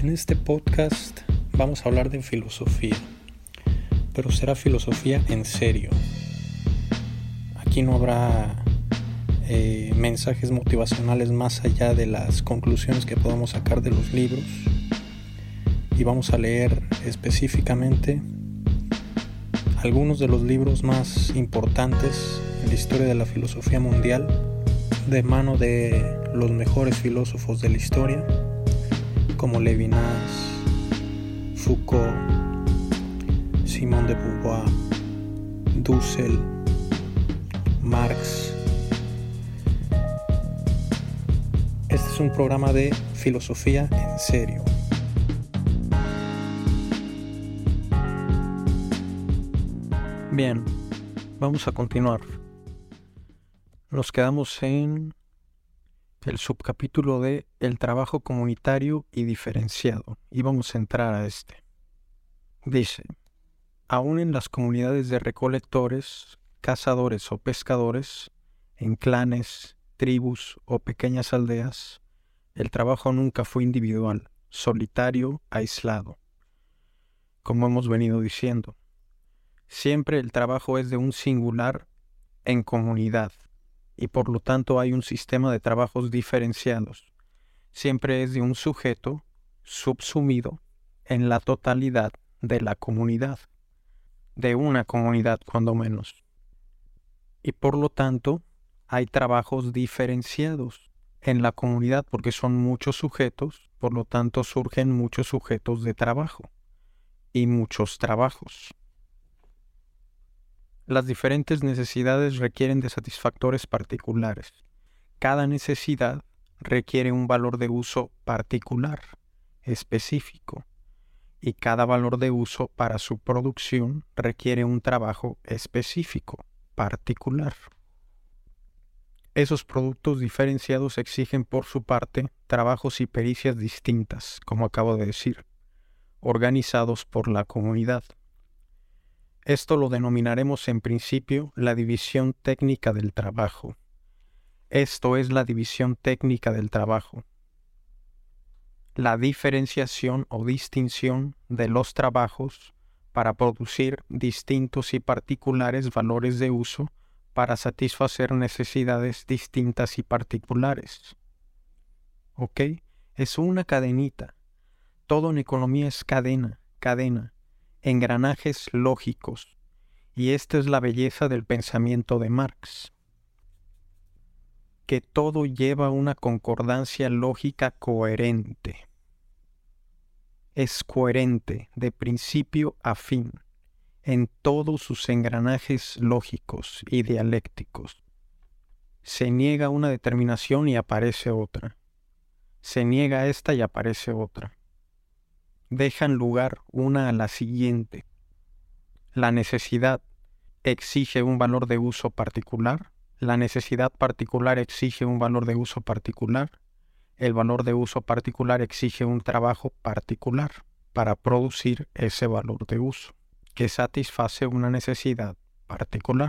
En este podcast vamos a hablar de filosofía, pero será filosofía en serio. Aquí no habrá mensajes motivacionales más allá de las conclusiones que podamos sacar de los libros, y vamos a leer específicamente algunos de los libros más importantes en la historia de la filosofía mundial, de mano de los mejores filósofos de la historia, como Levinas, Foucault, Simone de Beauvoir, Dussel, Marx. Este es un programa de filosofía en serio. Bien, vamos a continuar. Nos quedamos en el subcapítulo de el trabajo comunitario y diferenciado, y vamos a entrar a este. Dice: aún en las comunidades de recolectores, cazadores o pescadores, en clanes, tribus o pequeñas aldeas, el trabajo nunca fue individual, solitario, aislado. Como hemos venido diciendo, siempre el trabajo es de un singular en comunidad, y por lo tanto hay un sistema de trabajos diferenciados. Siempre es de un sujeto subsumido en la totalidad de la comunidad, de una comunidad cuando menos. Y por lo tanto hay trabajos diferenciados en la comunidad porque son muchos sujetos, por lo tanto surgen muchos sujetos de trabajo y muchos trabajos. Las diferentes necesidades requieren de satisfactores particulares. Cada necesidad requiere un valor de uso particular, específico, y cada valor de uso para su producción requiere un trabajo específico, particular. Esos productos diferenciados exigen por su parte trabajos y pericias distintas, como acabo de decir, organizados por la comunidad. Esto lo denominaremos en principio la división técnica del trabajo. Esto es la división técnica del trabajo. La diferenciación o distinción de los trabajos para producir distintos y particulares valores de uso para satisfacer necesidades distintas y particulares. ¿Ok? Es una cadenita. Todo en economía es cadena, engranajes lógicos, y esta es la belleza del pensamiento de Marx, que todo lleva una concordancia lógica coherente. Es coherente de principio a fin en todos sus engranajes lógicos y dialécticos. Se niega una determinación y aparece otra. Se niega esta y aparece otra. Dejan lugar una a la siguiente. La necesidad exige un valor de uso particular, la necesidad particular exige un valor de uso particular, el valor de uso particular exige un trabajo particular para producir ese valor de uso, que satisface una necesidad particular.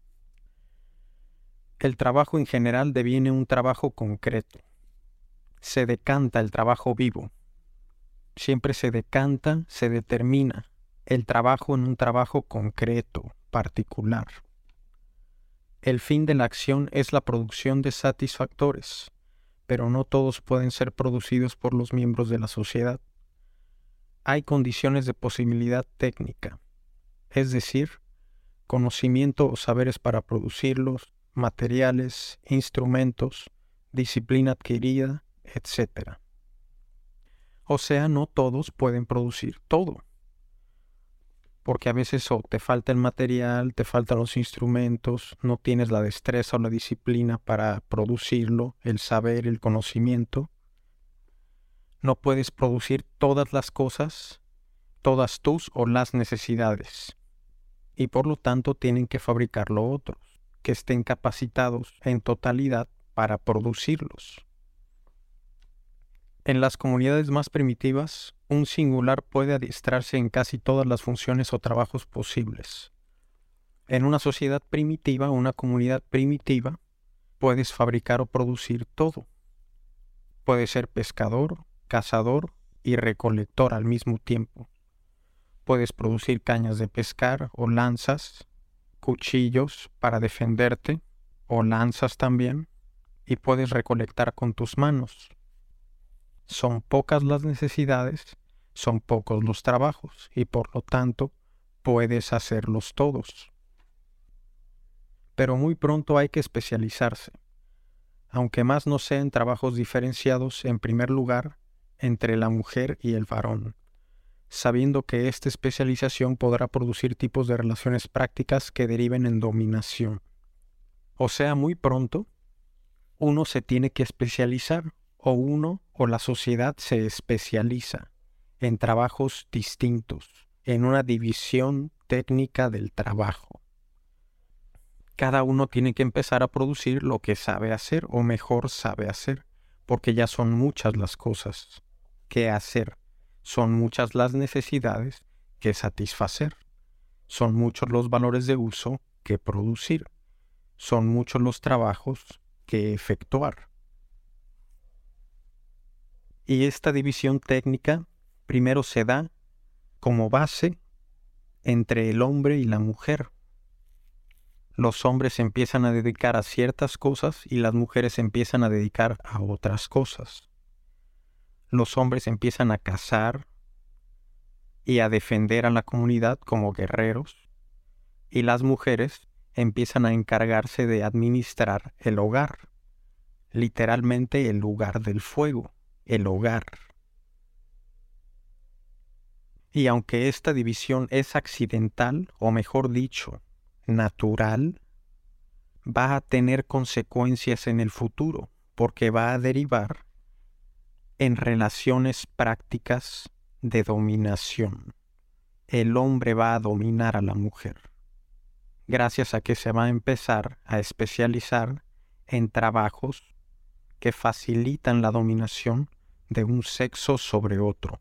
El trabajo en general deviene un trabajo concreto. Se decanta el trabajo vivo. Siempre se decanta, se determina el trabajo en un trabajo concreto, particular. El fin de la acción es la producción de satisfactores, pero no todos pueden ser producidos por los miembros de la sociedad. Hay condiciones de posibilidad técnica, es decir, conocimiento o saberes para producirlos, materiales, instrumentos, disciplina adquirida, etc. O sea, no todos pueden producir todo, porque a veces te falta el material, te faltan los instrumentos, no tienes la destreza o la disciplina para producirlo, el saber, el conocimiento. No puedes producir todas las cosas, todas tus o las necesidades, y por lo tanto tienen que fabricarlo otros, que estén capacitados en totalidad para producirlos. En las comunidades más primitivas, un singular puede adiestrarse en casi todas las funciones o trabajos posibles. En una sociedad primitiva, una comunidad primitiva, puedes fabricar o producir todo. Puedes ser pescador, cazador y recolector al mismo tiempo. Puedes producir cañas de pescar o lanzas, cuchillos para defenderte o lanzas también, y puedes recolectar con tus manos. Son pocas las necesidades, son pocos los trabajos y por lo tanto puedes hacerlos todos. Pero muy pronto hay que especializarse, aunque más no sean trabajos diferenciados en primer lugar entre la mujer y el varón, sabiendo que esta especialización podrá producir tipos de relaciones prácticas que deriven en dominación. O sea, muy pronto, uno se tiene que especializar, o uno o la sociedad se especializa en trabajos distintos, en una división técnica del trabajo. Cada uno tiene que empezar a producir lo que sabe hacer o mejor sabe hacer, porque ya son muchas las cosas que hacer, son muchas las necesidades que satisfacer, son muchos los valores de uso que producir, son muchos los trabajos que efectuar. Y esta división técnica primero se da como base entre el hombre y la mujer. Los hombres se empiezan a dedicar a ciertas cosas y las mujeres se empiezan a dedicar a otras cosas. Los hombres empiezan a cazar y a defender a la comunidad como guerreros, y las mujeres empiezan a encargarse de administrar el hogar, literalmente el lugar del fuego, el hogar. Y aunque esta división es accidental, o mejor dicho, natural, va a tener consecuencias en el futuro, porque va a derivar en relaciones prácticas de dominación. El hombre va a dominar a la mujer, gracias a que se va a empezar a especializar en trabajos que facilitan la dominación de un sexo sobre otro.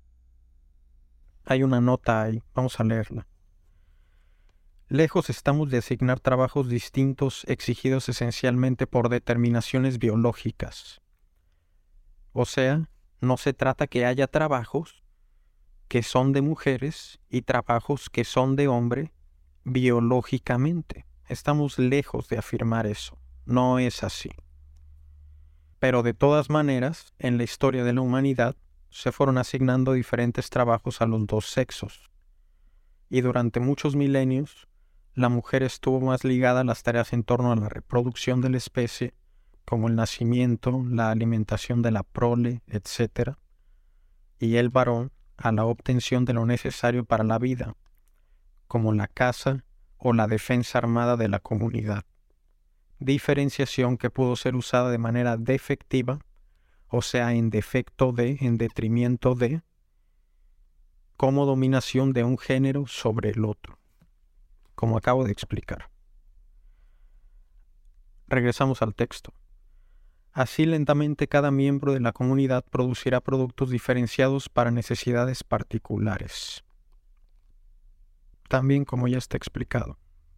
Hay una nota ahí, vamos a leerla. Lejos estamos de asignar trabajos distintos exigidos esencialmente por determinaciones biológicas. O sea, no se trata que haya trabajos que son de mujeres y trabajos que son de hombre biológicamente. Estamos lejos de afirmar eso. No es así. Pero de todas maneras, en la historia de la humanidad, se fueron asignando diferentes trabajos a los dos sexos. Y durante muchos milenios, la mujer estuvo más ligada a las tareas en torno a la reproducción de la especie, como el nacimiento, la alimentación de la prole, etc., y el varón a la obtención de lo necesario para la vida, como la caza o la defensa armada de la comunidad. Diferenciación que pudo ser usada de manera defectiva, o sea, en defecto de, en detrimento de, como dominación de un género sobre el otro, como acabo de explicar. Regresamos al texto. Así lentamente cada miembro de la comunidad producirá productos diferenciados para necesidades particulares. También como ya está explicado.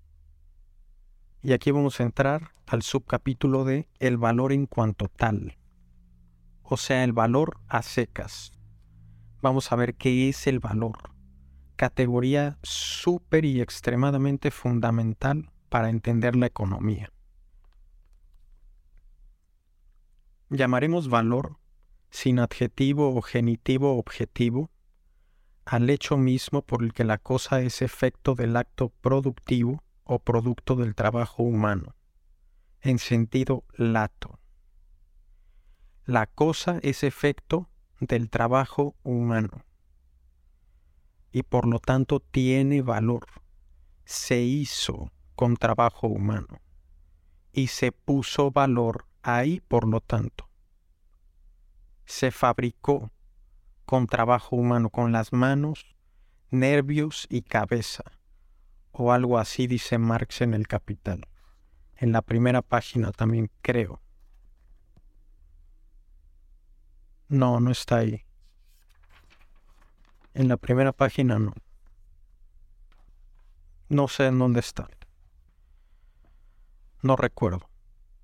Y aquí vamos a entrar al subcapítulo de el valor en cuanto tal. O sea, el valor a secas. Vamos a ver qué es el valor. Categoría súper y extremadamente fundamental para entender la economía. Llamaremos valor, sin adjetivo o genitivo objetivo, al hecho mismo por el que la cosa es efecto del acto productivo o producto del trabajo humano, en sentido lato. La cosa es efecto del trabajo humano y por lo tanto tiene valor. Se hizo con trabajo humano y se puso valor ahí, por lo tanto. Se fabricó con trabajo humano, con las manos, nervios y cabeza, o algo así dice Marx en El Capital. En la primera página también creo. No, no está ahí. En la primera página no. No sé en dónde está. No recuerdo.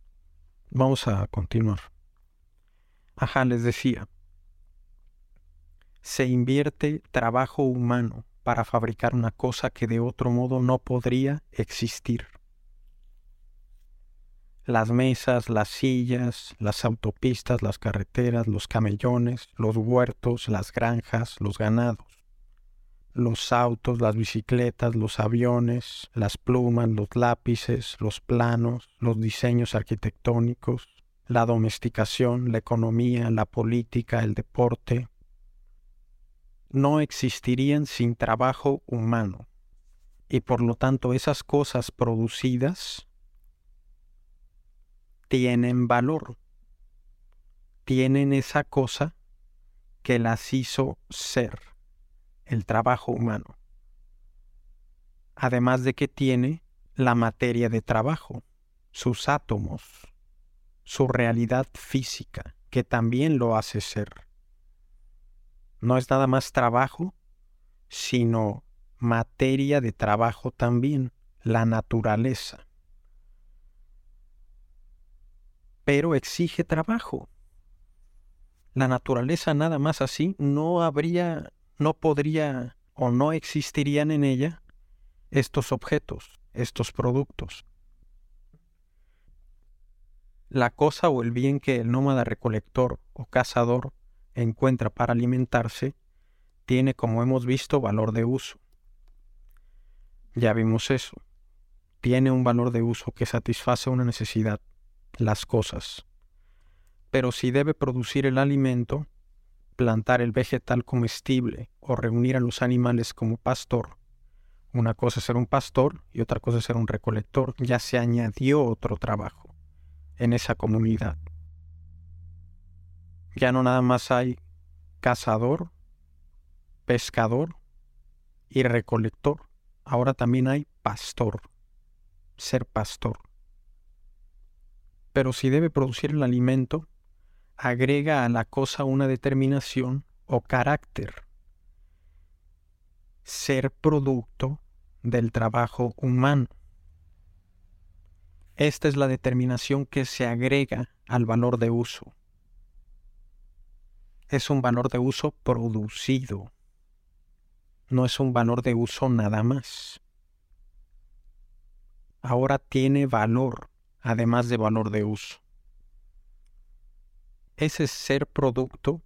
Vamos a continuar. Ajá, les decía. se invierte trabajo humano para fabricar una cosa que de otro modo no podría existir. Las mesas, las sillas, las autopistas, las carreteras, los camellones, los huertos, las granjas, los ganados, los autos, las bicicletas, los aviones, las plumas, los lápices, los planos, los diseños arquitectónicos, la domesticación, la economía, la política, el deporte, no existirían sin trabajo humano. Y por lo tanto esas cosas producidas tienen valor, tienen esa cosa que las hizo ser, el trabajo humano. Además de que tiene la materia de trabajo, sus átomos, su realidad física, que también lo hace ser. No es nada más trabajo, sino materia de trabajo también, la naturaleza. Pero exige trabajo. La naturaleza nada más así no podría o no existirían en ella estos objetos, estos productos. La cosa o el bien que el nómada recolector o cazador encuentra para alimentarse tiene, como hemos visto, valor de uso. Ya vimos eso. Tiene un valor de uso que satisface una necesidad, las cosas. Pero si debe producir el alimento, plantar el vegetal comestible o reunir a los animales como pastor, una cosa es ser un pastor y otra cosa es ser un recolector, ya se añadió otro trabajo en esa comunidad. Ya no nada más hay cazador, pescador y recolector, ahora también hay pastor, ser pastor. Pero si debe producir el alimento, agrega a la cosa una determinación o carácter, ser producto del trabajo humano. Esta es la determinación que se agrega al valor de uso. Es un valor de uso producido, no es un valor de uso nada más. Ahora tiene valor, además de valor de uso. Ese ser producto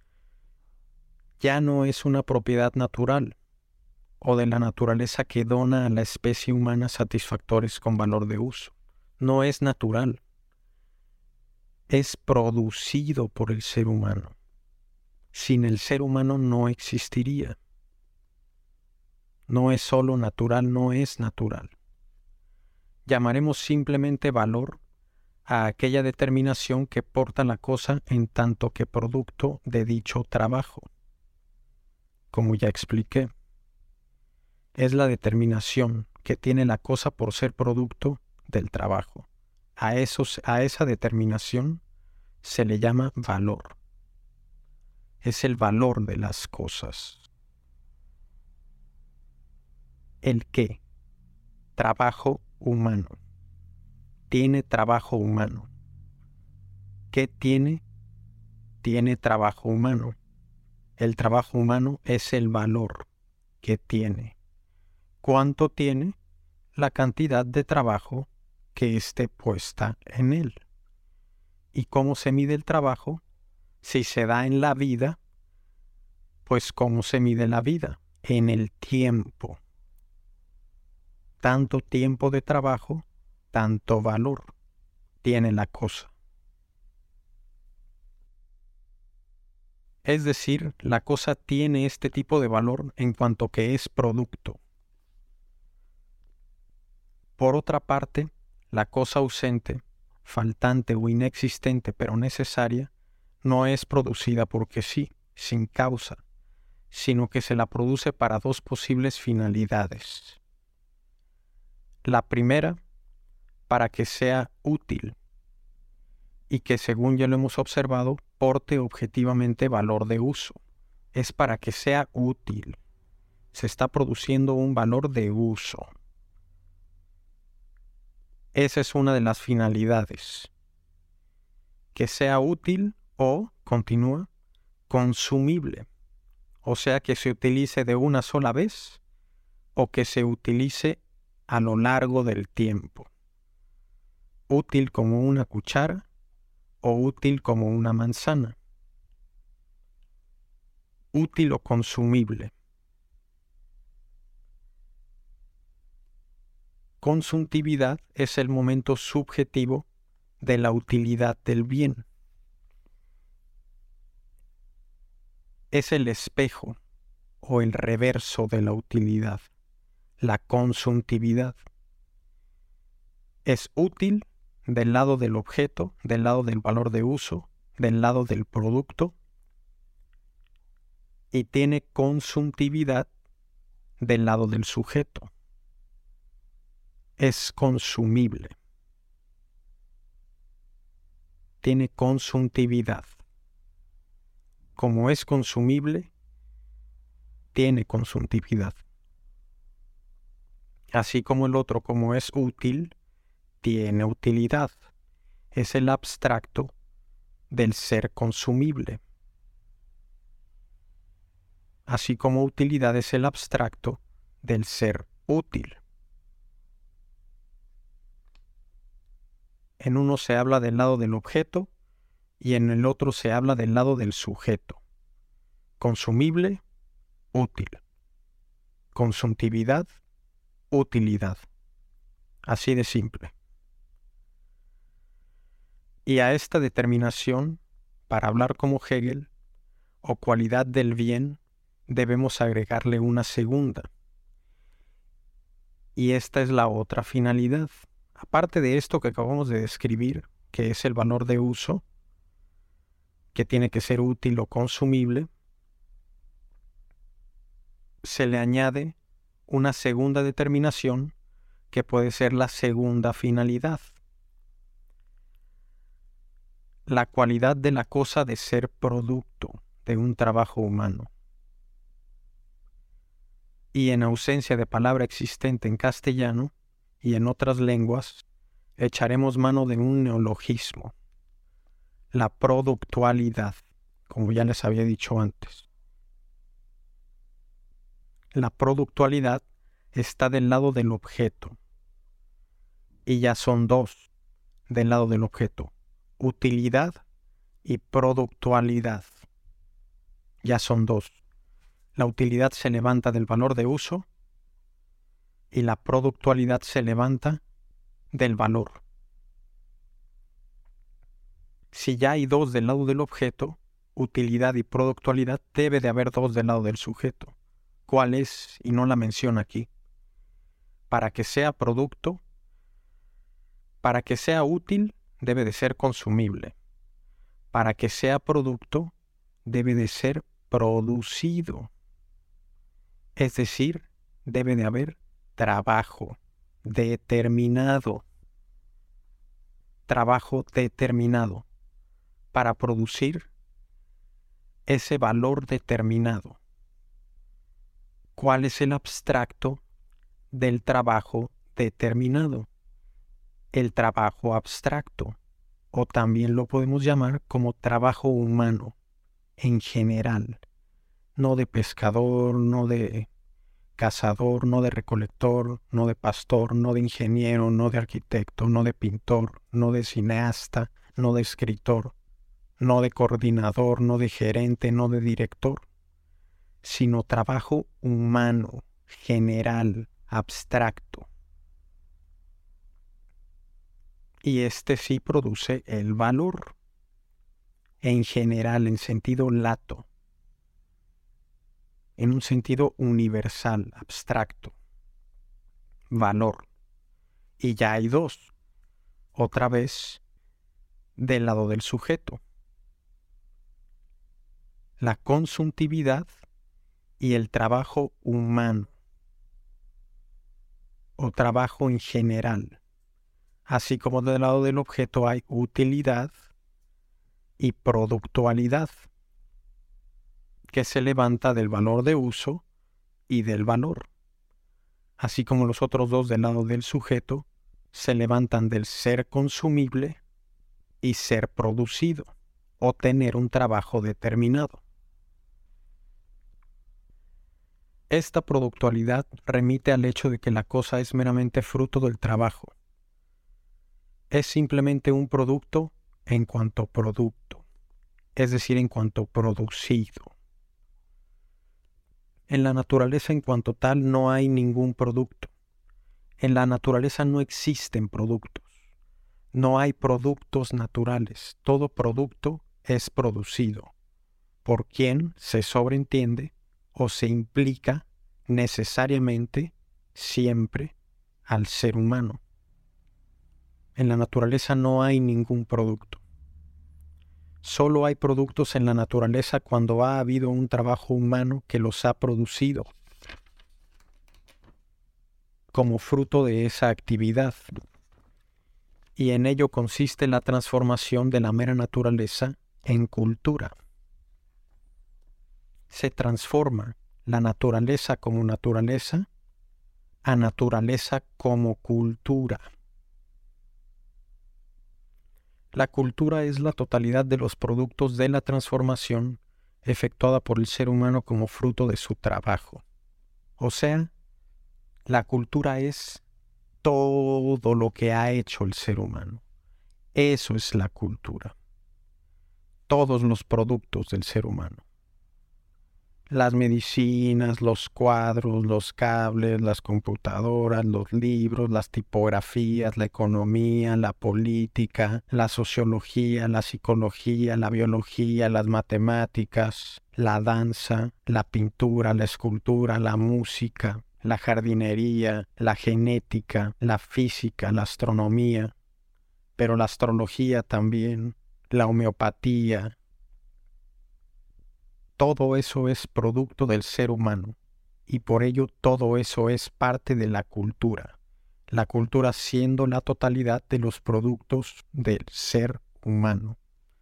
ya no es una propiedad natural o de la naturaleza que dona a la especie humana satisfactores con valor de uso. No es natural. Es producido por el ser humano. Sin el ser humano no existiría. No es solo natural, no es natural. Llamaremos simplemente valor a aquella determinación que porta la cosa en tanto que producto de dicho trabajo. Como ya expliqué, es la determinación que tiene la cosa por ser producto del trabajo. A esa determinación se le llama valor. Es el valor de las cosas. ¿El qué? Trabajo humano. Tiene trabajo humano. ¿Qué tiene? Tiene trabajo humano. El trabajo humano es el valor que tiene. ¿Cuánto tiene? La cantidad de trabajo que esté puesta en él. ¿Y cómo se mide el trabajo? Si se da en la vida, pues ¿cómo se mide la vida? En el tiempo. Tanto tiempo de trabajo, tanto valor tiene la cosa. Es decir, la cosa tiene este tipo de valor en cuanto que es producto. Por otra parte, la cosa ausente, faltante o inexistente pero necesaria, no es producida porque sí, sin causa, sino que se la produce para dos posibles finalidades. La primera, para que sea útil y que, según ya lo hemos observado, porte objetivamente valor de uso. Es para que sea útil. Se está produciendo un valor de uso. Esa es una de las finalidades. Que sea útil o, continúa, consumible. o sea que se utilice de una sola vez o que se utilice a lo largo del tiempo. Útil como una cuchara o útil como una manzana. Útil o consumible. Consumtividad es el momento subjetivo de la utilidad del bien. Es el espejo o el reverso de la utilidad, la consumtividad. Es útil del lado del objeto, del lado del valor de uso, del lado del producto, y tiene consumtividad del lado del sujeto. Es consumible. Tiene consumtividad. Como es consumible, tiene consumtividad. Así como el otro, como es útil, tiene utilidad. Es el abstracto del ser consumible. Así como utilidad es el abstracto del ser útil. En uno se habla del lado del objeto y en el otro se habla del lado del sujeto. Consumible, útil. Consumtividad, utilidad. Así de simple. Y a esta determinación, para hablar como Hegel, o cualidad del bien, debemos agregarle una segunda. Y esta es la otra finalidad. Aparte de esto que acabamos de describir, que es el valor de uso, que tiene que ser útil o consumible, se le añade una segunda determinación que puede ser la segunda finalidad. La cualidad de la cosa de ser producto de un trabajo humano. Y en ausencia de palabra existente en castellano y en otras lenguas, echaremos mano de un neologismo, la productualidad, como ya les había dicho antes. La productualidad está del lado del objeto, y ya son dos del lado del objeto, utilidad y productualidad. Ya son dos. La utilidad se levanta del valor de uso y la productualidad se levanta del valor. Si ya hay dos del lado del objeto, utilidad y productualidad, debe de haber dos del lado del sujeto. ¿Cuál es? Y no la menciona aquí. Para que sea producto, para que sea útil, debe de ser consumible. Para que sea producto, debe de ser producido. Es decir, debe de haber trabajo determinado. Trabajo determinado para producir ese valor determinado. ¿Cuál es el abstracto del trabajo determinado? El trabajo abstracto, o también lo podemos llamar como trabajo humano en general, no de pescador, no de cazador, no de recolector, no de pastor, no de ingeniero, no de arquitecto, no de pintor, no de cineasta, no de escritor, no de coordinador, no de gerente, no de director, sino trabajo humano, general, abstracto. Y este sí produce el valor, en general, en sentido lato, en un sentido universal, abstracto, valor. Y ya hay dos, otra vez, del lado del sujeto. La consumtividad y el trabajo humano, o trabajo en general. Así como del lado del objeto hay utilidad y productualidad, que se levanta del valor de uso y del valor. Así como los otros dos del lado del sujeto se levantan del ser consumible y ser producido, o tener un trabajo determinado. Esta productualidad remite al hecho de que la cosa es meramente fruto del trabajo. Es simplemente un producto en cuanto producto, es decir, en cuanto producido. En la naturaleza en cuanto tal no hay ningún producto. En la naturaleza no existen productos. No hay productos naturales. Todo producto es producido por quien se sobreentiende o se implica necesariamente siempre al ser humano. En la naturaleza no hay ningún producto. Solo hay productos en la naturaleza cuando ha habido un trabajo humano que los ha producido como fruto de esa actividad. Y en ello consiste la transformación de la mera naturaleza en cultura. Se transforma la naturaleza como naturaleza a naturaleza como cultura. La cultura es la totalidad de los productos de la transformación efectuada por el ser humano como fruto de su trabajo. O sea, la cultura es todo lo que ha hecho el ser humano. Eso es la cultura. Todos los productos del ser humano. Las medicinas, los cuadros, los cables, las computadoras, los libros, las tipografías, la economía, la política, la sociología, la psicología, la biología, las matemáticas, la danza, la pintura, la escultura, la música, la jardinería, la genética, la física, la astronomía, pero la astrología también, la homeopatía. Todo eso es producto del ser humano y por ello todo eso es parte de la cultura siendo la totalidad de los productos del ser humano.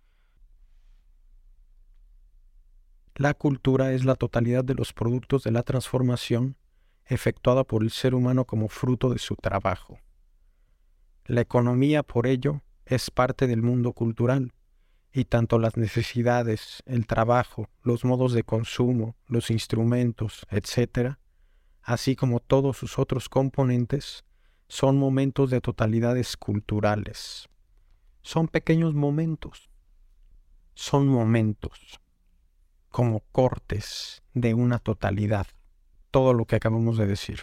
La cultura es la totalidad de los productos de la transformación efectuada por el ser humano como fruto de su trabajo. La economía, por ello, es parte del mundo cultural. Y tanto las necesidades, el trabajo, los modos de consumo, los instrumentos, etc., así como todos sus otros componentes, son momentos de totalidades culturales. Son pequeños momentos. Son momentos, como cortes de una totalidad. Todo lo que acabamos de decir.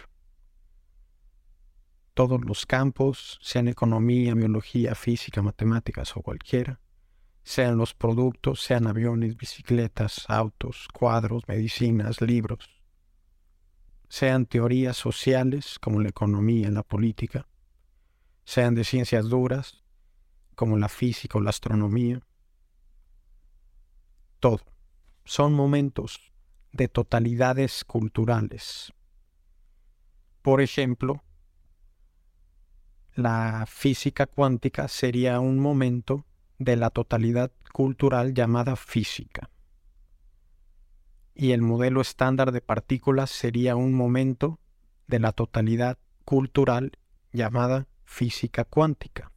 Todos los campos, sean economía, biología, física, matemáticas o cualquiera, sean los productos, sean aviones, bicicletas, autos, cuadros, medicinas, libros, sean teorías sociales como la economía, la política, sean de ciencias duras como la física o la astronomía, todo. Son momentos de totalidades culturales. Por ejemplo, la física cuántica sería un momento de la totalidad cultural llamada física. Y el modelo estándar de partículas sería un momento de la totalidad cultural llamada física cuántica.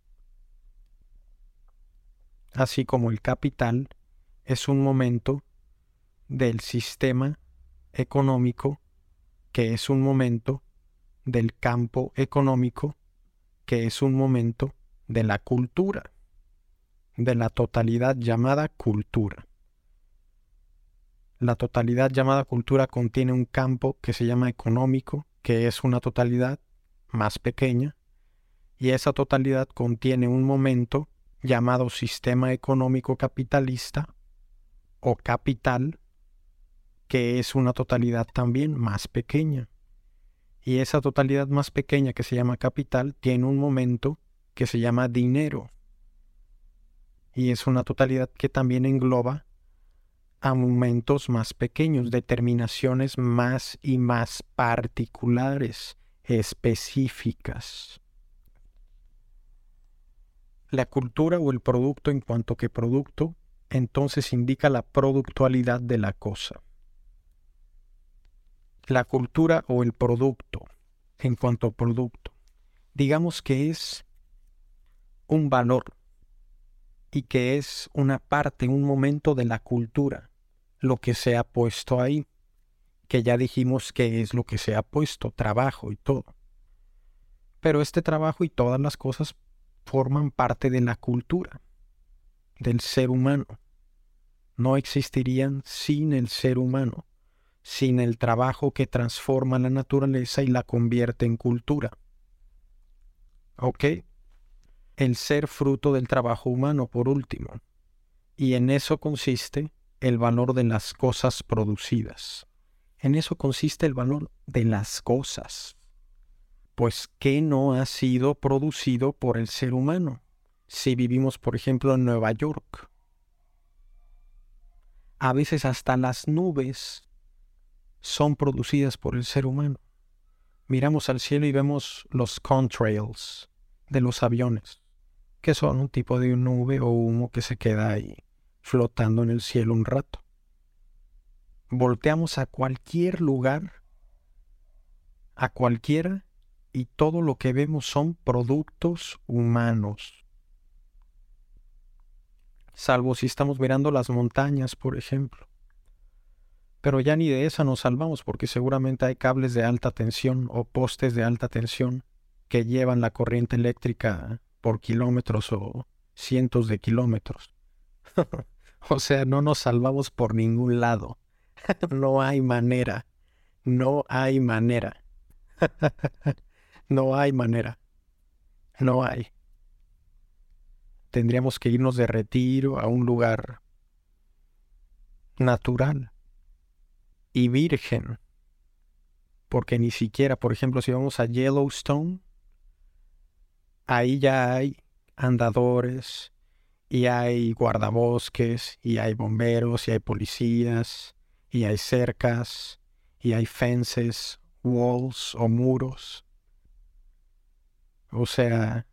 Así como el capital es un momento del sistema económico, que es un momento del campo económico, que es un momento de la cultura, de la totalidad llamada cultura. La totalidad llamada cultura contiene un campo que se llama económico, que es una totalidad más pequeña, y esa totalidad contiene un momento llamado sistema económico capitalista o capital, que es una totalidad también más pequeña. Y esa totalidad más pequeña que se llama capital tiene un momento que se llama dinero. Y es una totalidad que también engloba a momentos más pequeños, determinaciones más y más particulares, específicas. La cultura o el producto en cuanto que producto, entonces indica la productualidad de la cosa. La cultura o el producto en cuanto a producto, digamos que es un valor y que es una parte, un momento de la cultura, lo que se ha puesto ahí. que ya dijimos que es lo que se ha puesto, trabajo y todo. Pero este trabajo y todas las cosas forman parte de la cultura del ser humano. No existirían sin el ser humano, sin el trabajo que transforma la naturaleza y la convierte en cultura. ¿Ok? El ser fruto del trabajo humano, por último. Y en eso consiste el valor de las cosas producidas. En eso consiste el valor de las cosas. Pues, ¿qué no ha sido producido por el ser humano? Si vivimos, por ejemplo, en Nueva York, a veces hasta las nubes son producidas por el ser humano. Miramos al cielo y vemos los contrails de los aviones, que son un tipo de nube o humo que se queda ahí flotando en el cielo un rato. Volteamos a cualquier lugar, a cualquiera, y todo lo que vemos son productos humanos. Salvo si estamos mirando las montañas, por ejemplo. Pero ya ni de esa nos salvamos porque seguramente hay cables de alta tensión o postes de alta tensión que llevan la corriente eléctrica por kilómetros o cientos de kilómetros. O sea, no nos salvamos por ningún lado. No hay manera. No hay manera. No hay manera. No hay. Tendríamos que irnos de retiro a un lugar natural y virgen. Porque ni siquiera, por ejemplo, si vamos a Yellowstone, ahí ya hay andadores y hay guardabosques y hay bomberos y hay policías y hay cercas y hay fences, walls o muros. O sea,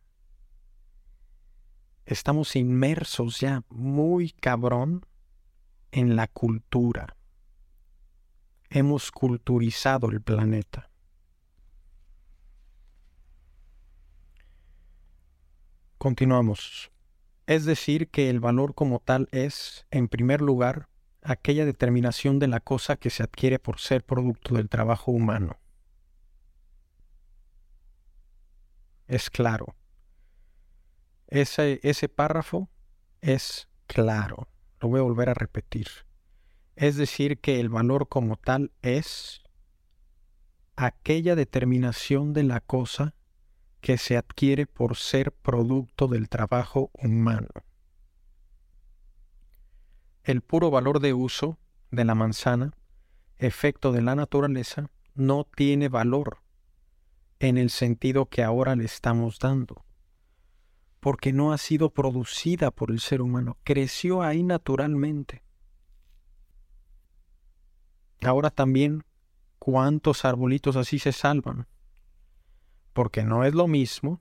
estamos inmersos ya muy cabrón en la cultura. Hemos culturizado el planeta. Continuamos. Es decir, que el valor como tal es, en primer lugar, aquella determinación de la cosa que se adquiere por ser producto del trabajo humano. Es claro. Ese párrafo es claro. Lo voy a volver a repetir. Es decir, que el valor como tal es aquella determinación de la cosa que se adquiere por ser producto del trabajo humano. El puro valor de uso de la manzana, efecto de la naturaleza, no tiene valor en el sentido que ahora le estamos dando, porque no ha sido producida por el ser humano, creció ahí naturalmente. Ahora también, ¿cuántos arbolitos así se salvan? Porque no es lo mismo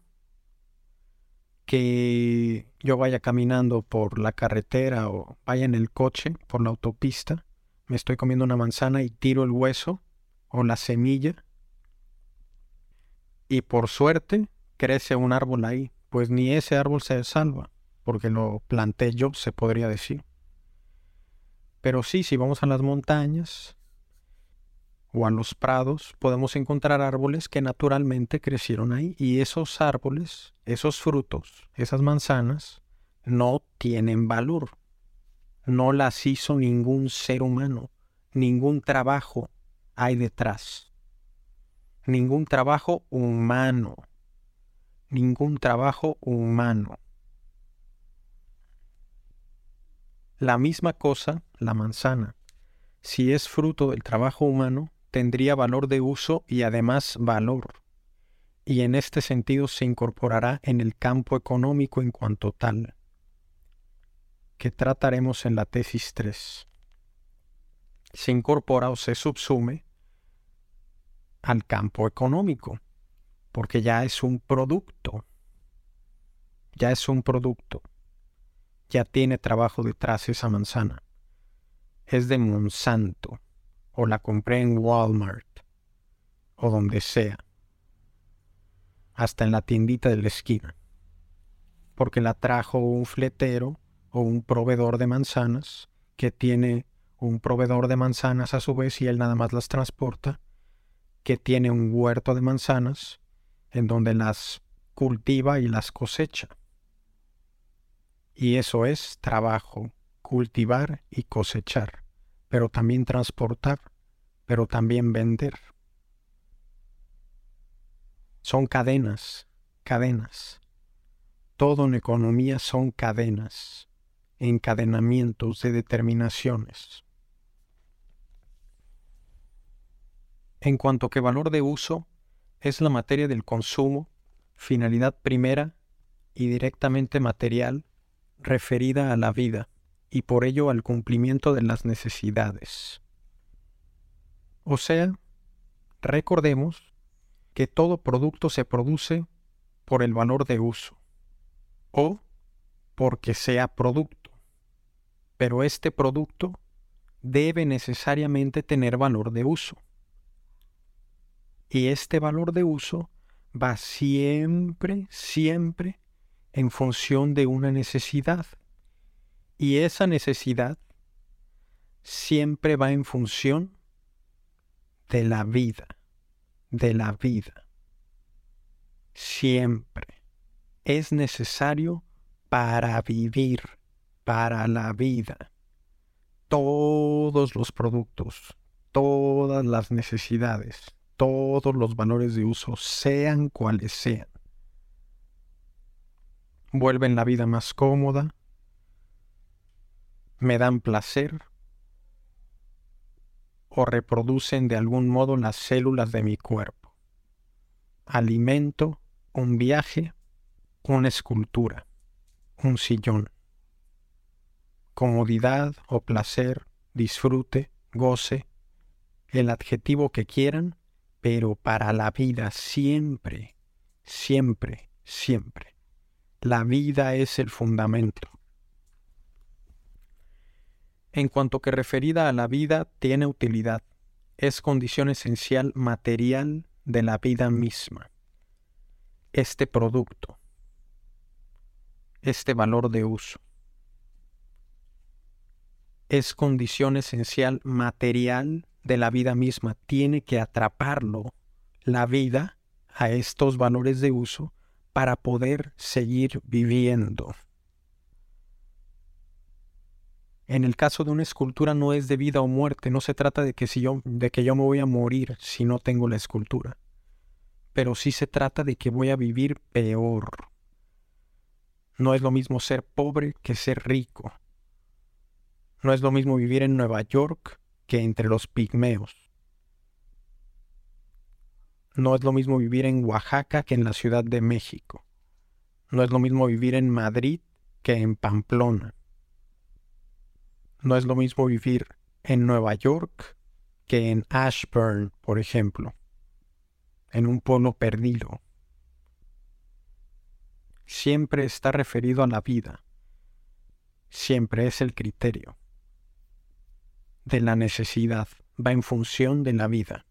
que yo vaya caminando por la carretera o vaya en el coche por la autopista, me estoy comiendo una manzana y tiro el hueso o la semilla y por suerte crece un árbol ahí. Pues ni ese árbol se salva, porque lo planté yo, se podría decir. Pero sí, si vamos a las montañas o a los prados, podemos encontrar árboles que naturalmente crecieron ahí. Y esos árboles, esos frutos, esas manzanas, no tienen valor. No las hizo ningún ser humano. Ningún trabajo hay detrás. Ningún trabajo humano. Ningún trabajo humano. La misma cosa, la manzana, si es fruto del trabajo humano, tendría valor de uso y además valor, y en este sentido se incorporará en el campo económico en cuanto tal, que trataremos en la tesis 3. Se incorpora o se subsume al campo económico, porque ya es un producto, ya es un producto, ya tiene trabajo detrás esa manzana. Es de Monsanto, o la compré en Walmart, o donde sea, hasta en la tiendita de la esquina, porque la trajo un fletero o un proveedor de manzanas que tiene un proveedor de manzanas a su vez y él nada más las transporta, que tiene un huerto de manzanas en donde las cultiva y las cosecha. Y eso es trabajo, cultivar y cosechar, pero también transportar, pero también vender. Son cadenas, cadenas. Todo en economía son cadenas, encadenamientos de determinaciones. En cuanto que valor de uso, es la materia del consumo, finalidad primera y directamente material, referida a la vida, y por ello al cumplimiento de las necesidades. O sea, recordemos que todo producto se produce por el valor de uso, o porque sea producto, pero este producto debe necesariamente tener valor de uso. Y este valor de uso va siempre, siempre en función de una necesidad. Y esa necesidad siempre va en función de la vida, de la vida. Siempre es necesario para vivir, para la vida. Todos los productos, todas las necesidades, todos los valores de uso, sean cuales sean, vuelven la vida más cómoda, me dan placer o reproducen de algún modo las células de mi cuerpo. Alimento, un viaje, una escultura, un sillón. Comodidad o placer, disfrute, goce, el adjetivo que quieran, pero para la vida siempre, siempre, siempre. La vida es el fundamento. En cuanto que referida a la vida, tiene utilidad. Es condición esencial material de la vida misma. Este producto, este valor de uso, es condición esencial material de la vida misma. Tiene que atraparlo la vida a estos valores de uso para poder seguir viviendo. En el caso de una escultura no es de vida o muerte, no se trata de que yo me voy a morir si no tengo la escultura, pero sí se trata de que voy a vivir peor. No es lo mismo ser pobre que ser rico. No es lo mismo vivir en Nueva York que entre los pigmeos. No es lo mismo vivir en Oaxaca que en la Ciudad de México. No es lo mismo vivir en Madrid que en Pamplona. No es lo mismo vivir en Nueva York que en Ashburn, por ejemplo, en un pueblo perdido. Siempre está referido a la vida. Siempre es el criterio de la necesidad. Va en función de la vida.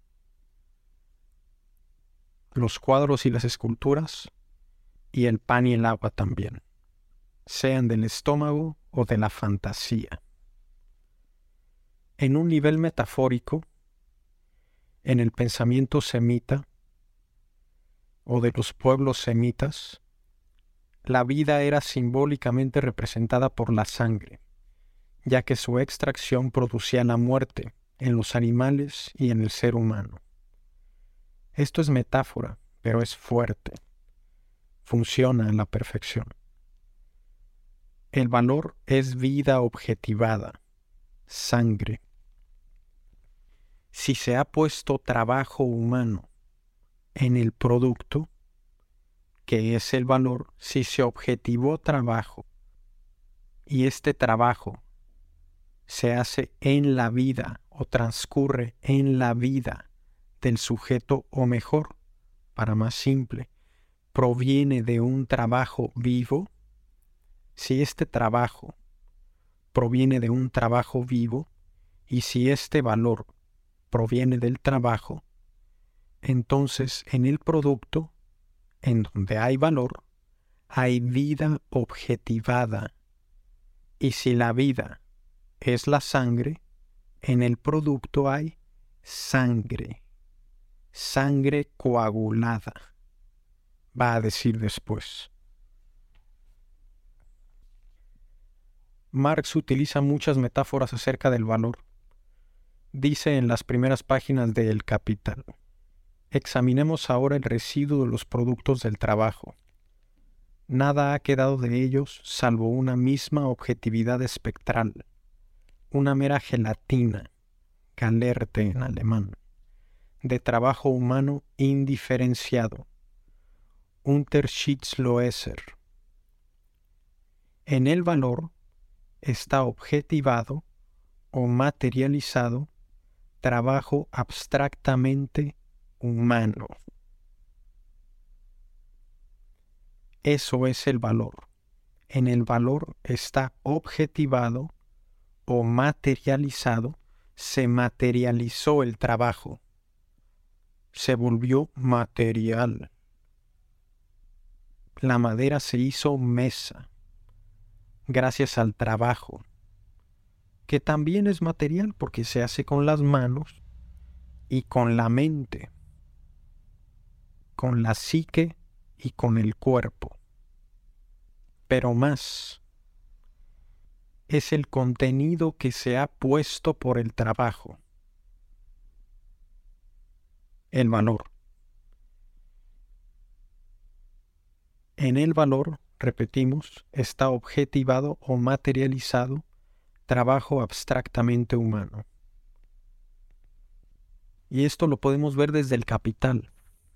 Los cuadros y las esculturas, y el pan y el agua también, sean del estómago o de la fantasía. En un nivel metafórico, en el pensamiento semita o de los pueblos semitas, la vida era simbólicamente representada por la sangre, ya que su extracción producía la muerte en los animales y en el ser humano. Esto es metáfora, pero es fuerte. Funciona a la perfección. El valor es vida objetivada, sangre. Si se ha puesto trabajo humano en el producto, que es el valor, si se objetivó trabajo y este trabajo se hace en la vida o transcurre en la vida del sujeto, o mejor, para más simple, proviene de un trabajo vivo, si este trabajo proviene de un trabajo vivo y si este valor proviene del trabajo, entonces en el producto, en donde hay valor, hay vida objetivada. Y si la vida es la sangre, En el producto hay sangre, sangre coagulada, va a decir después. Marx utiliza muchas metáforas acerca del valor. Dice en las primeras páginas de El Capital: examinemos ahora el residuo de los productos del trabajo. Nada ha quedado de ellos salvo una misma objetividad espectral, una mera gelatina, Gallerte en alemán, de trabajo humano indiferenciado, Unterschiedsloser. En el valor está objetivado o materializado trabajo abstractamente humano. Eso es el valor. En el valor está objetivado o materializado, se materializó el trabajo, se volvió material. La madera se hizo mesa, gracias al trabajo, que también es material porque se hace con las manos y con la mente, con la psique y con el cuerpo. Pero más, es el contenido que se ha puesto por el trabajo, el valor. En el valor, repetimos, está objetivado o materializado trabajo abstractamente humano. Y esto lo podemos ver desde El Capital.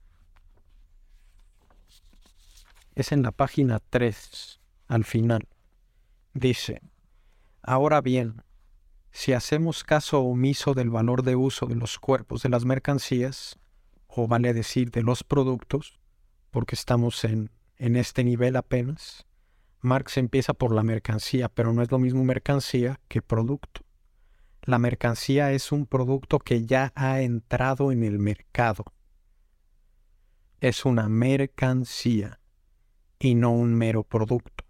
Es en la página 3, al final. Dice: ahora bien, si hacemos caso omiso del valor de uso de los cuerpos de las mercancías, o vale decir de los productos, porque estamos en este nivel apenas, Marx empieza por la mercancía, pero no es lo mismo mercancía que producto. La mercancía es un producto que ya ha entrado en el mercado. Es una mercancía y no un mero producto.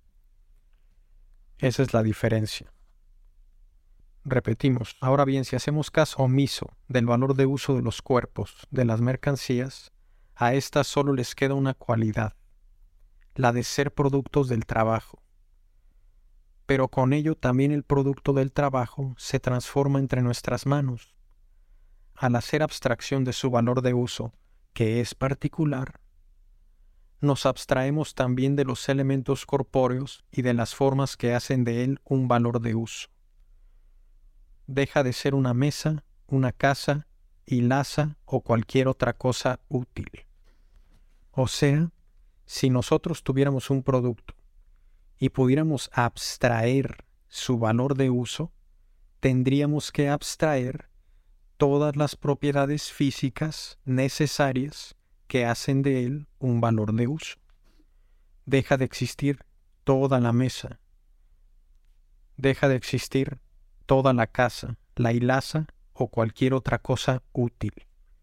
Esa es la diferencia. Repetimos, ahora bien, si hacemos caso omiso del valor de uso de los cuerpos, de las mercancías, a estas solo les queda una cualidad, la de ser productos del trabajo. Pero con ello también el producto del trabajo se transforma entre nuestras manos. Al hacer abstracción de su valor de uso, que es particular, nos abstraemos también de los elementos corpóreos y de las formas que hacen de él un valor de uso. Deja de ser una mesa, una casa, hilaza o cualquier otra cosa útil. O sea, si nosotros tuviéramos un producto y pudiéramos abstraer su valor de uso, tendríamos que abstraer todas las propiedades físicas necesarias que hacen de él un valor de uso. Deja de existir toda la mesa. Deja de existir toda la casa, la hilaza o cualquier otra cosa útil.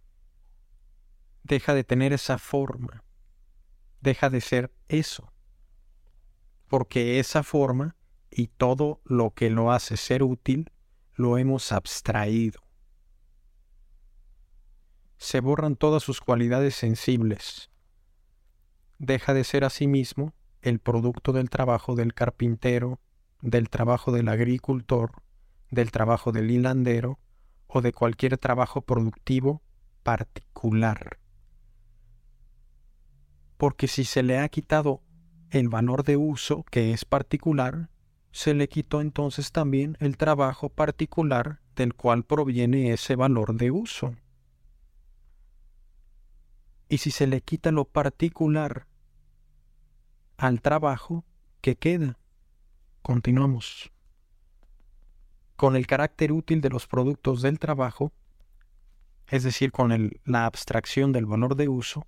Deja de tener esa forma. Deja de ser eso. Porque esa forma y todo lo que lo hace ser útil lo hemos abstraído. Se borran todas sus cualidades sensibles. Deja de ser asimismo el producto del trabajo del carpintero, del trabajo del agricultor, del trabajo del hilandero o de cualquier trabajo productivo particular. Porque si se le ha quitado el valor de uso, que es particular, se le quitó entonces también el trabajo particular del cual proviene ese valor de uso. Y si se le quita lo particular al trabajo, ¿qué queda? Continuamos. Con el carácter útil de los productos del trabajo, es decir, con la abstracción del valor de uso,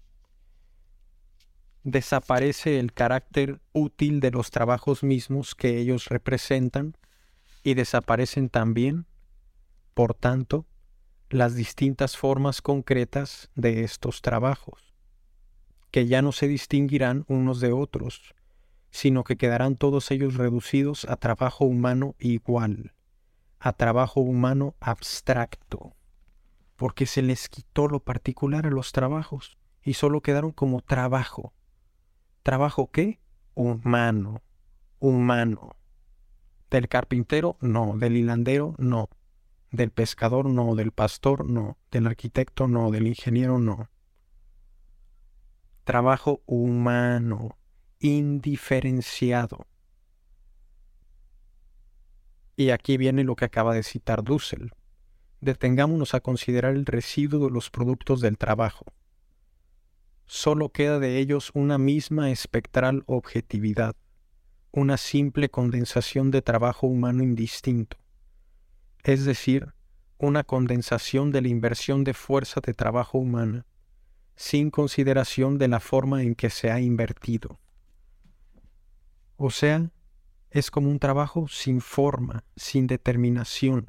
desaparece el carácter útil de los trabajos mismos que ellos representan y desaparecen también, por tanto, las distintas formas concretas de estos trabajos, que ya no se distinguirán unos de otros, sino que quedarán todos ellos reducidos a trabajo humano igual, a trabajo humano abstracto, porque se les quitó lo particular a los trabajos y solo quedaron como trabajo. ¿Trabajo qué? Humano, humano. Del carpintero, no. Del hilandero, no. Del pescador, no. Del pastor, no. Del arquitecto, no. Del ingeniero, no. Trabajo humano, indiferenciado. Y aquí viene lo que acaba de citar Dussel. Detengámonos a considerar el residuo de los productos del trabajo. Solo queda de ellos una misma espectral objetividad, una simple condensación de trabajo humano indistinto, es decir, una condensación de la inversión de fuerza de trabajo humana, sin consideración de la forma en que se ha invertido. O sea, es como un trabajo sin forma, sin determinación,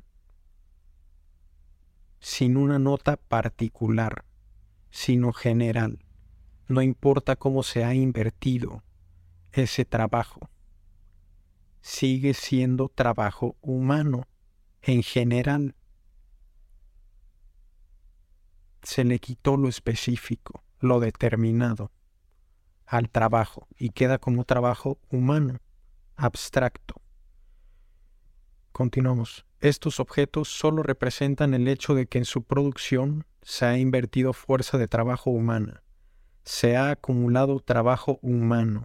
sin una nota particular, sino general. No importa cómo se ha invertido ese trabajo. Sigue siendo trabajo humano en general. Se le quitó lo específico, lo determinado al trabajo y queda como trabajo humano, abstracto. Continuamos. Estos objetos solo representan el hecho de que en su producción se ha invertido fuerza de trabajo humana, se ha acumulado trabajo humano.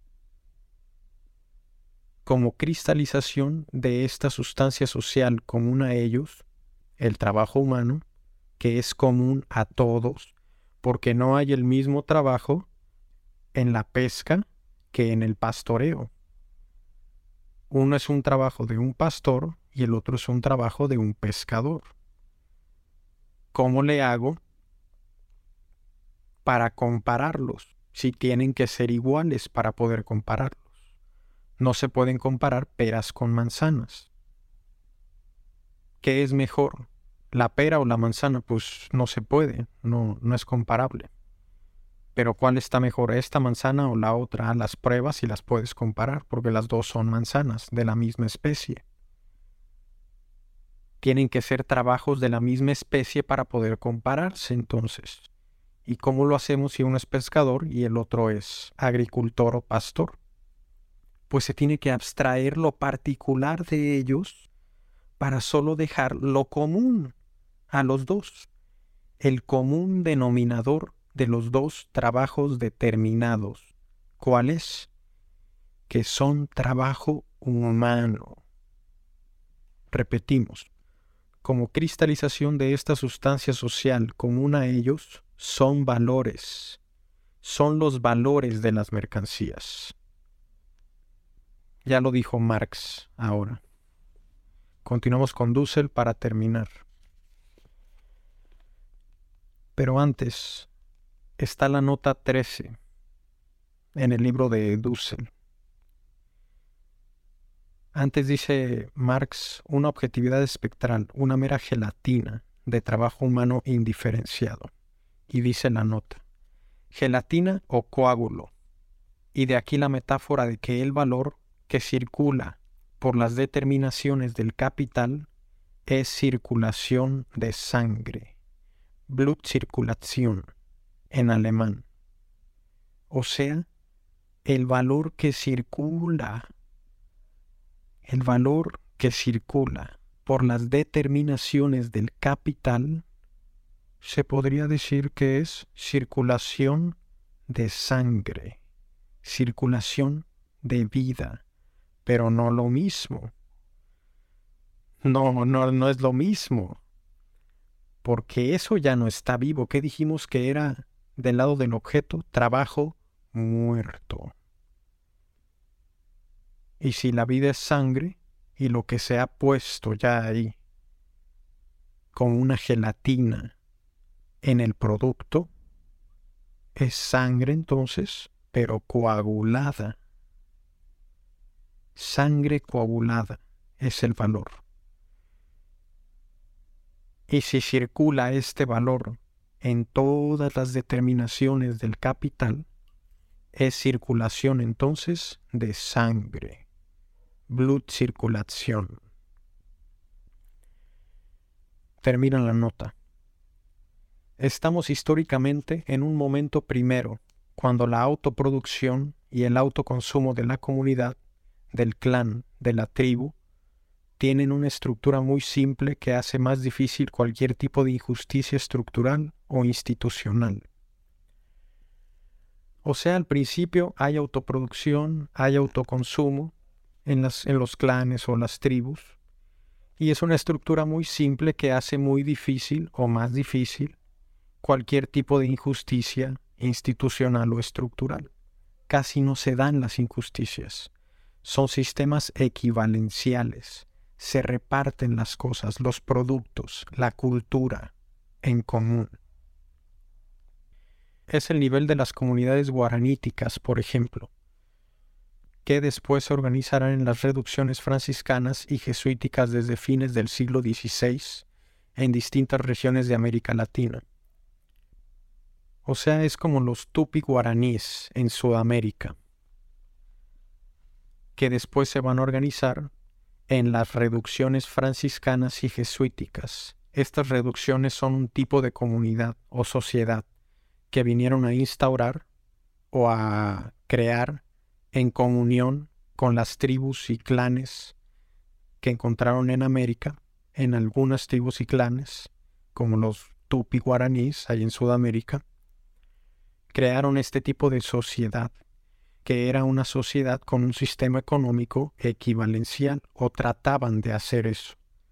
Como cristalización de esta sustancia social común a ellos, el trabajo humano, que es común a todos, porque no hay el mismo trabajo en la pesca que en el pastoreo. Uno es un trabajo de un pastor y el otro es un trabajo de un pescador. ¿Cómo le hago para compararlos? Si tienen que ser iguales para poder compararlos. No se pueden comparar peras con manzanas. ¿Qué es mejor? ¿La pera o la manzana? Pues no se puede, no es comparable. Pero ¿cuál está mejor, esta manzana o la otra? Las pruebas y las puedes comparar porque las dos son manzanas de la misma especie. Tienen que ser trabajos de la misma especie para poder compararse entonces. ¿Y cómo lo hacemos si uno es pescador y el otro es agricultor o pastor? Pues se tiene que abstraer lo particular de ellos para solo dejar lo común a los dos, el común denominador de los dos trabajos determinados. ¿Cuál es? Que son trabajo humano. Repetimos, como cristalización de esta sustancia social común a ellos, son valores, son los valores de las mercancías. Ya lo dijo Marx ahora. Continuamos con Dussel para terminar. Pero antes está la nota 13 en el libro de Dussel. Antes dice Marx una objetividad espectral, una mera gelatina de trabajo humano indiferenciado. Y dice la nota, gelatina o coágulo. Y de aquí la metáfora de que el valor que circula por las determinaciones del capital es circulación de sangre, Blutzirkulation en alemán. O sea, el valor que circula por las determinaciones del capital, se podría decir que es circulación de sangre, circulación de vida, pero no lo mismo. No es lo mismo, porque eso ya no está vivo. ¿Qué dijimos que era del lado del objeto? Trabajo muerto. Y si la vida es sangre, y lo que se ha puesto ya ahí, con una gelatina en el producto, es sangre entonces, pero coagulada. Sangre coagulada es el valor. Y si circula este valor en todas las determinaciones del capital, es circulación entonces de sangre, Blutzirkulation. termina la nota. Estamos históricamente en un momento primero, cuando la autoproducción y el autoconsumo de la comunidad, del clan, de la tribu, tienen una estructura muy simple que hace más difícil cualquier tipo de injusticia estructural o institucional. O sea, al principio hay autoproducción, hay autoconsumo en los clanes o las tribus, y es una estructura muy simple que hace muy difícil o más difícil cualquier tipo de injusticia institucional o estructural. Casi no se dan las injusticias. Son sistemas equivalenciales. Se reparten las cosas, los productos, la cultura en común. Es el nivel de las comunidades guaraníticas, por ejemplo, que después se organizarán en las reducciones franciscanas y jesuíticas desde fines del siglo XVI en distintas regiones de América Latina. O sea, es como los tupi guaraníes en Sudamérica, que después se van a organizar en las reducciones franciscanas y jesuíticas. Estas reducciones son un tipo de comunidad o sociedad que vinieron a instaurar o a crear en comunión con las tribus y clanes que encontraron en América, en algunas tribus y clanes, como los tupi guaraníes ahí en Sudamérica, crearon este tipo de sociedad, que era una sociedad con un sistema económico equivalencial, o trataban de hacer eso,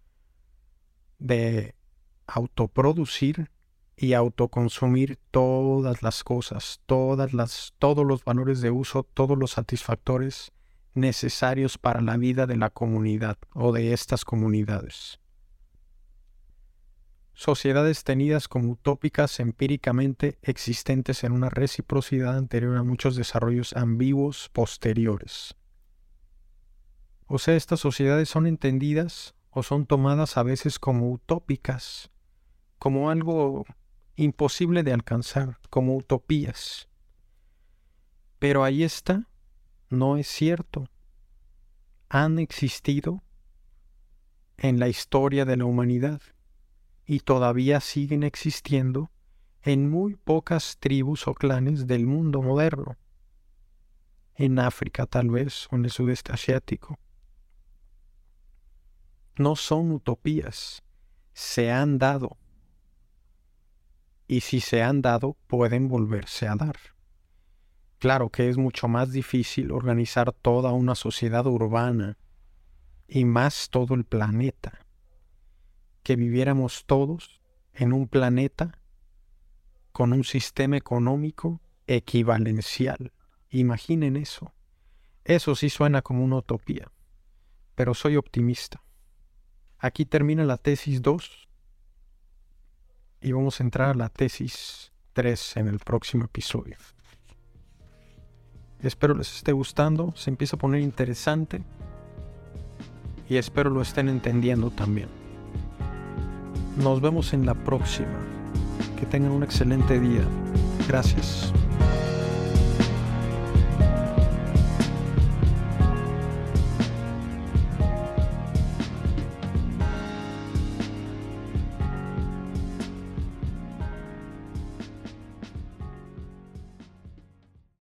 de autoproducir y autoconsumir todas las cosas, todos los valores de uso, todos los satisfactores necesarios para la vida de la comunidad o de estas comunidades. Sociedades tenidas como utópicas empíricamente existentes en una reciprocidad anterior a muchos desarrollos ambiguos posteriores. O sea, estas sociedades son entendidas o son tomadas a veces como utópicas, como algo imposible de alcanzar, como utopías. Pero ahí está, no es cierto. Han existido en la historia de la humanidad y todavía siguen existiendo en muy pocas tribus o clanes del mundo moderno, en África tal vez o en el sudeste asiático. No son utopías, se han dado. Y si se han dado, pueden volverse a dar. Claro que es mucho más difícil organizar toda una sociedad urbana y más todo el planeta. Que viviéramos todos en un planeta con un sistema económico equivalencial. Imaginen eso. Eso sí suena como una utopía, pero soy optimista. Aquí termina la tesis 2 y vamos a entrar a la tesis 3 en el próximo episodio. Espero les esté gustando, se empieza a poner interesante y espero lo estén entendiendo también. Nos vemos en la próxima. Que tengan un excelente día. Gracias.